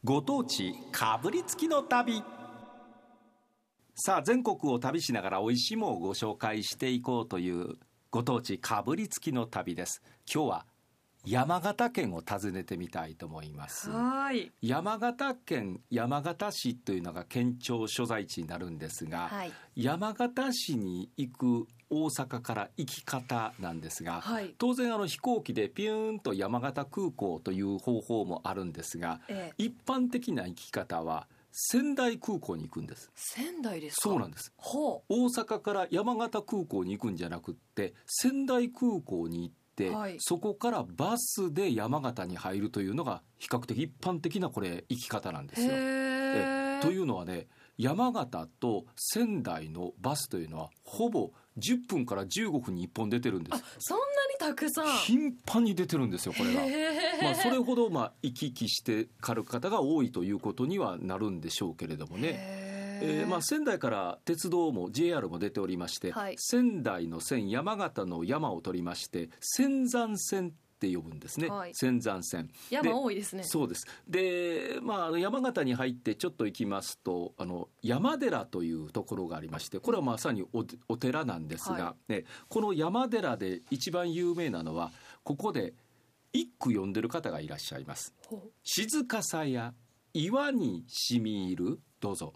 ご当地かぶりつきの旅。さあ、全国を旅しながら美味しいものをご紹介していこうというご当地かぶりつきの旅です。今日は山形県を訪ねてみたいと思います。 はい。 山形県山形市というのが県庁所在地になるんですが、 はい。 山形市に行く大阪から行き方なんですが、 はい。 当然飛行機でピューンと山形空港という方法もあるんですが、一般的な行き方は仙台空港に行くんです。 仙台ですか？ そうなんです。 ほう。 大阪から山形空港に行くんじゃなくって仙台空港に行って、 はい、 そこからバスで山形に入るというのが比較的一般的なこれ行き方なんですよ。というのはね、山形と仙台のバスというのはほぼ10分から15分に1本出てるんです。 そんなにたくさん頻繁に出てるんですよこれが。それほど行き来してかる方が多いということにはなるんでしょうけれどもね。仙台から鉄道も JR も出ておりまして、 はい、 仙台の線、山形の山を取りまして仙山線って呼ぶんですね、 はい、 仙山線。 山多いですね。 そうです。で、山形に入ってちょっと行きますと山寺というところがありまして、これはまさに お寺なんですが、はい、この山寺で一番有名なのはここで一句読んでる方がいらっしゃいます。静かさや岩にしみ入るどうぞ。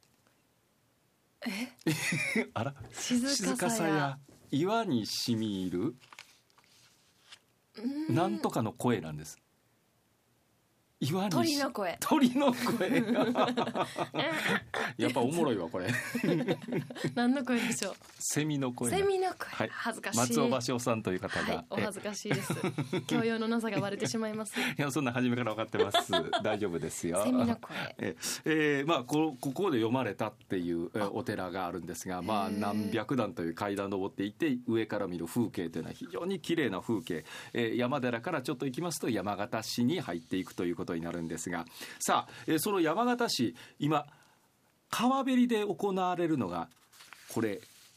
あら、静かさや岩にしみ入るなんとかの声なんです。岩に鳥の声。 鳥の声やっぱおもろいわこれ何の声でしょう？ セミの声。 セミの声、 はい、 恥ずかしい。 松尾芭蕉さんという方が、 はい、お恥ずかしいです教養のなさが割れてしまいます。 いや、そんな初めから分かってます大丈夫ですよ。 セミの声。 ここで読まれたっていうお寺があるんですが、何百段という階段登っていって上から見る風景というのは非常に綺麗な風景。山寺からちょっと行きますと山形市に入っていくということになるんですが、さあ、その山形市、今川べりで行われるのがこれ、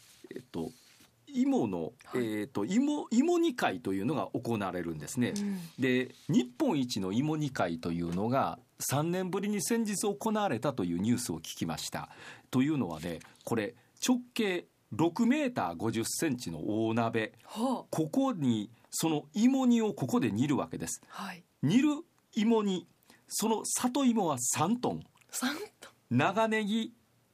芋の、芋煮会というのが行われるんですね。で、日本一の芋煮会というのが3年ぶりに先日行われたというニュースを聞きました。というのはね、これ直径6メーター50センチの大鍋、ここにその芋煮をここで煮るわけです。はい、煮る芋煮、その里芋は3トン、長ネギ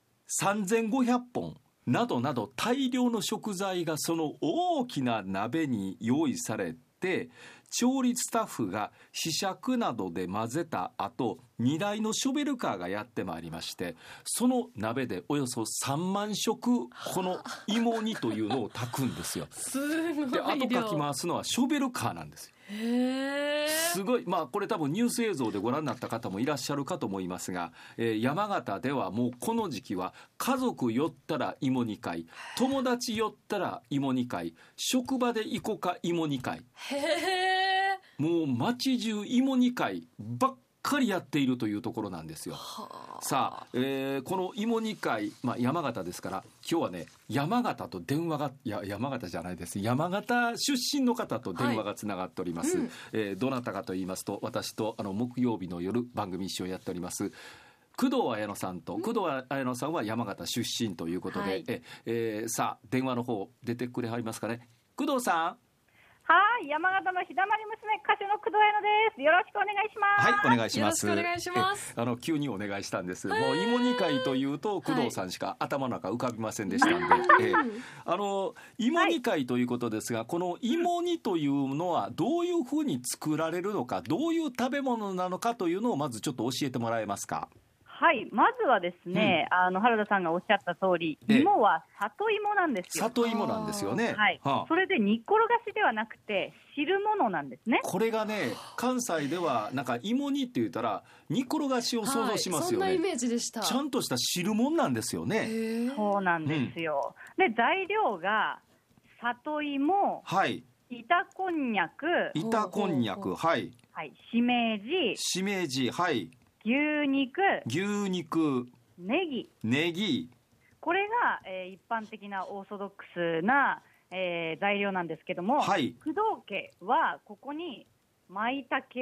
3500本などなど大量の食材がその大きな鍋に用意されて、調理スタッフがひしゃくなどで混ぜた後、2台のショベルカーがやってまいりまして、その鍋でおよそ3万食この芋煮というのを炊くんですよ。 すごい量で、後かき回すのはショベルカーなんですよ。すごい。これ多分ニュース映像でご覧になった方もいらっしゃるかと思いますが、山形ではもうこの時期は家族寄ったら芋煮会、友達寄ったら芋煮会、職場で行こか芋煮会、もう街中芋煮会ばっかりやっているというところなんですよ。さあ、この芋煮会、山形ですから今日はね、山形と電話が、山形じゃないです、山形出身の方と電話がつながっております。どなたかと言いますと、私と木曜日の夜番組一緒にやっております工藤綾乃さんと、工藤綾乃さんは山形出身ということで、さあ電話の方出てくれはりますかね。工藤さん。 はい、山形の日だまり娘、歌手の工藤綾乃です。よろしくお願いします。 はい、お願いします。 よろしくお願いします。 急にお願いしたんです。もう芋煮会というと工藤さんしか頭の中浮かびませんでしたんで、芋煮会ということですが、この芋煮というのはどういうふうに作られるのか、どういう食べ物なのかというのをまずちょっと教えてもらえますか。 はい、まずはですね、原田さんがおっしゃった通り、芋は里芋なんですよ。 里芋なんですよね。 はい、それで煮っころがしではなくて汁物なんですね。 これがね、関西ではなんか芋煮って言ったら煮っころがしを想像しますよね。 そんなイメージでした。 ちゃんとした汁物なんですよね。 そうなんですよ。で、材料が里芋、板こんにゃく、 はい、 しめじ、 はい、 牛肉、ネギ、これが、一般的なオーソドックスな、材料なんですけども、工藤家はここに舞茸を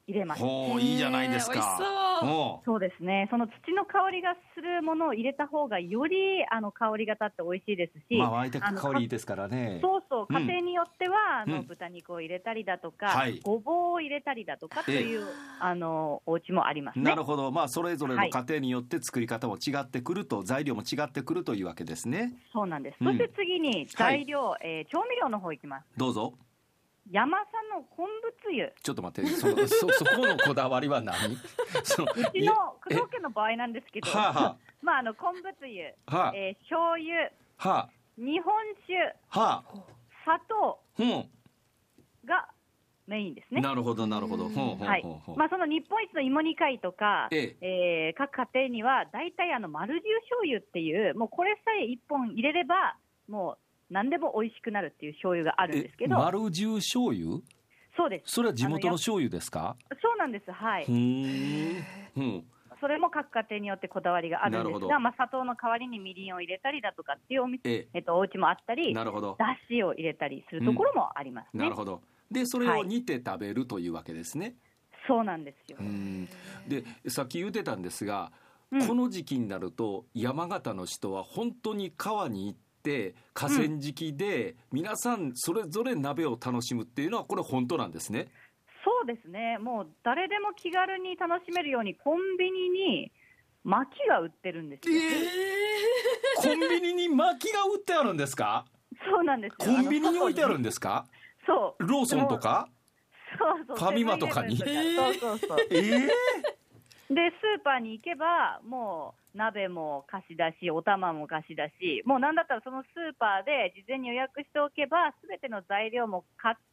入れます。 いいじゃないですか。 美味しそう。 そうですね。その土の香りがするものを入れた方がより香りが立って美味しいですし、 沸いてく香りいいですからね。 そうそう、家庭によっては、豚肉を入れたりだとか、ごぼうを入れたりだとかという、お家もありますね。 なるほど。それぞれの家庭によって作り方も違ってくると、材料も違ってくるというわけですね。 そうなんです。そして次に材料、調味料の方いきます。 どうぞ。 山佐の昆布つゆ。 ちょっと待って、そこのこだわりは何？ うちの工藤家の場合なんですけど、昆布つゆ、醤油、日本酒、砂糖がメインですね。 なるほどなるほど。 その日本一の芋煮会とか、各家庭には大体丸十醤油っていう、もうこれさえ1本入れればもう何でも美味しくなるっていう醤油があるんですけど。 丸十醤油？そうです。それは地元の醤油ですか？ そうなんです。はい。それも各家庭によってこだわりがあるんですが、砂糖の代わりにみりんを入れたりだとかっていうお店、お家もあったり、だしを入れたりするところもありますね。 なるほど。でそれを煮て食べるというわけですね。 そうなんですよ。 でさっき言ってたんですが、この時期になると山形の人は本当に川に行って河川敷で皆さんそれぞれ鍋を楽しむっていうのはこれ本当なんですね。 そうですね。もう誰でも気軽に楽しめるようにコンビニに薪が売ってるんですよ。 コンビニに薪が売ってあるんですか？ そうなんですよ。 コンビニに置いてあるんですか？ そう。 ローソンとかファミマとかに。 そう。でスーパーに行けばもう鍋も貸し出し、お玉も貸し出し、もうなんだったらそのスーパーで事前に予約しておけばすべての材料も買って、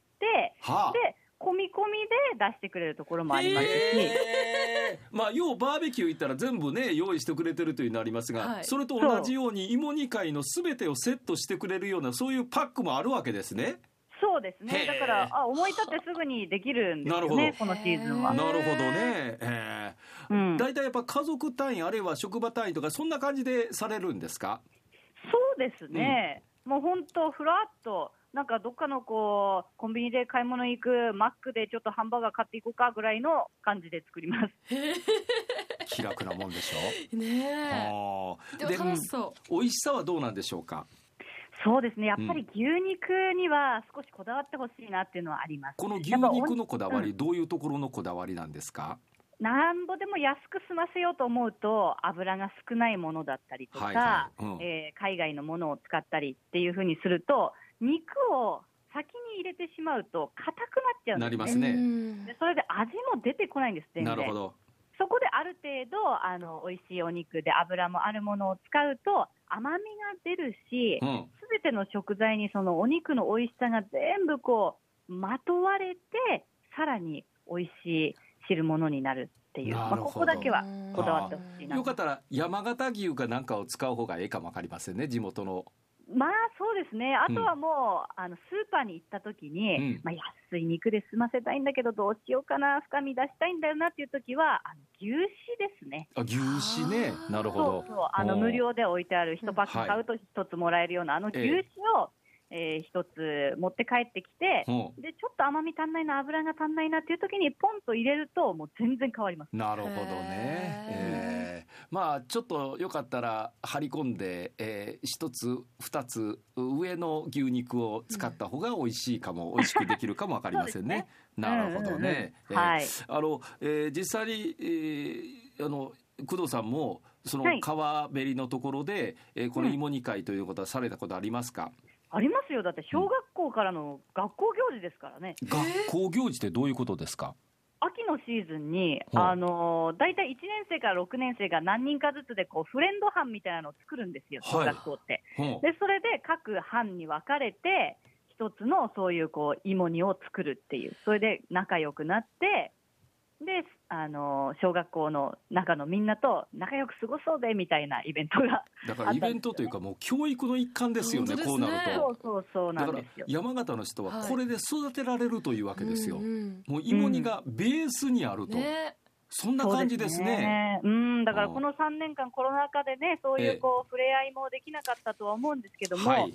で込み込みで出してくれるところもありますし、 要バーベキュー行ったら全部ね用意してくれてるというのありますが、それと同じように芋煮会のすべてをセットしてくれるようなそういうパックもあるわけですね。 そうですね。だから思い立ってすぐにできるんですよね、このシーズンは。 なるほどね。だいたいやっぱ家族単位あるいは職場単位とかそんな感じでされるんですか？ そうですね。もう本当ふらっとなんかどっかのコンビニで買い物行くマックでちょっとハンバーガー買っていこうかぐらいの感じで作ります。 気楽なもんでしょねえ。でも楽しそう。 美味しさはどうなんでしょうか？ そうですね。やっぱり牛肉には少しこだわってほしいなっていうのはあります。 この牛肉のこだわり、どういうところのこだわりなんですか？ なんぼでも安く済ませようと思うと油が少ないものだったりとか、海外のものを使ったりっていうふうにすると肉を先に入れてしまうと硬くなっちゃうんですね。 なりますね。 でそれで味も出てこないんです。全然。 なるほど。 そこである程度美味しいお肉で脂もあるものを使うと甘みが出るし、すべての食材にそのお肉の美味しさが全部まとわれてさらに美味しい汁物になるっていう、ここだけはこだわってほしいな。 よかったら山形牛かなんかを使う方がいいかもわかりませんね、地元の。 そうですね。あとはもう、スーパーに行った時に、安い肉で済ませたいんだけどどうしようかな、深み出したいんだよなっていう時は牛脂ですね。 牛脂ね。なるほど。 そう無料で置いてある1パック買うと1つもらえるような牛脂を一つ持って帰ってきて、でちょっと甘み足んないな、油が足んないなっていう時にポンと入れるともう全然変わります。 なるほどね。ちょっとよかったら張り込んで、一つ二つ上の牛肉を使った方が美味しいかも、美味しくできるかもわかりませんね。なるほどね。実際に、工藤さんもその川べりのところで、この芋煮会ということはされたことありますか？ ありますよ。だって小学校からの学校行事ですからね。 学校行事ってどういうことですか？ 秋のシーズンにだいたい1年生から6年生が何人かずつでフレンド班みたいなのを作るんですよ、小学校って。でそれで各班に分かれて一つのそういう芋煮を作るっていう、それで仲良くなって、で小学校の中のみんなと仲良く過ごそうでみたいなイベントがだからイベントというかもう教育の一環ですよね。こうなるとそうなんですよ。 だから山形の人はこれで育てられるというわけですよ。もう芋煮がベースにあると、そんな感じですね。 だからこの3年間コロナ禍でね、そういう触れ合いもできなかったとは思うんですけども、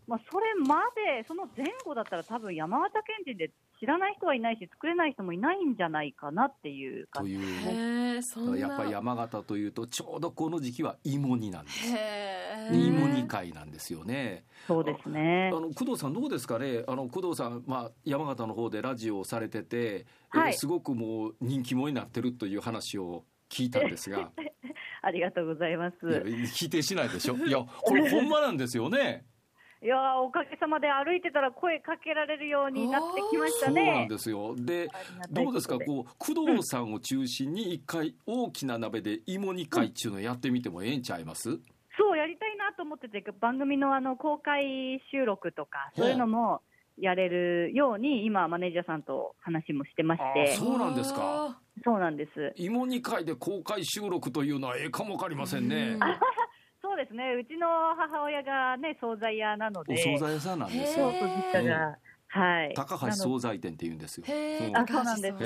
それまで、その前後だったら多分山形県人で知らない人はいないし作れない人もいないんじゃないかなっていう感じですね。 そんなやっぱり山形というとちょうどこの時期は芋煮なんです。 へ芋煮会なんですよね。 そうですね。 工藤さんどうですかね。工藤さん、山形の方でラジオをされてて、 はい、 すごくもう人気者になってるという話を聞いたんですがありがとうございます。 否定しないでしょ。いやこれほんまなんですよね。 いやおかげさまで歩いてたら声かけられるようになってきましたね。 そうなんですよ。でどうですか、工藤さんを中心に一回大きな鍋で芋煮会っていうのをやってみてもええんちゃいます？ そうやりたいなと思ってて、番組の公開収録とかそういうのもやれるように今マネージャーさんと話もしてまして。 そうなんですか。 そうなんです。 芋煮会で公開収録というのはええかもわかりませんね。 そうですね。うちの母親がね惣菜屋なので。 お惣菜屋さんなんですよ。 実家が、はい。 高橋惣菜店って言うんですよ。 そうなんです。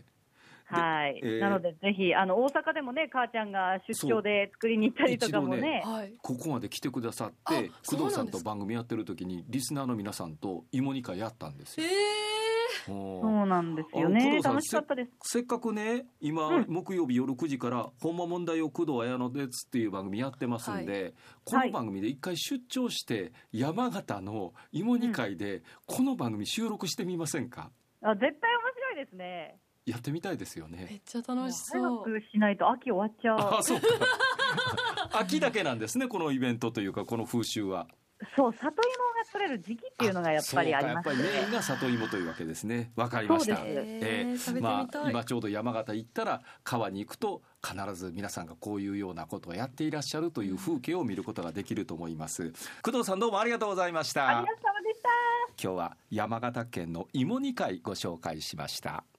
はい。なのでぜひ大阪でもね母ちゃんが出張で作りに行ったりとかもね、 ここまで来てくださって工藤さんと番組やってる時にリスナーの皆さんと芋煮会やったんですよ。 そうなんですよね。楽しかったです。 せっかくね今、木曜日夜9時からほんま問題を工藤綾乃ですっていう番組やってますんで、この番組で一回出張して山形の芋煮会でこの番組収録してみませんか？ 絶対面白いですね。 やってみたいですよね。 めっちゃ楽しそう。 早くしないと秋終わっちゃう。 そうか秋だけなんですねこのイベントというかこの風習は。 そう里芋が取れる時期っていうのがやっぱりありますね。 やっぱりメインが里芋というわけですね。わかりました。 食べてみたい。 今ちょうど山形行ったら川に行くと必ず皆さんがこういうようなことをやっていらっしゃるという風景を見ることができると思います。工藤さんどうもありがとうございました。 ありがとうございました。 今日は山形県の芋煮会ご紹介しました。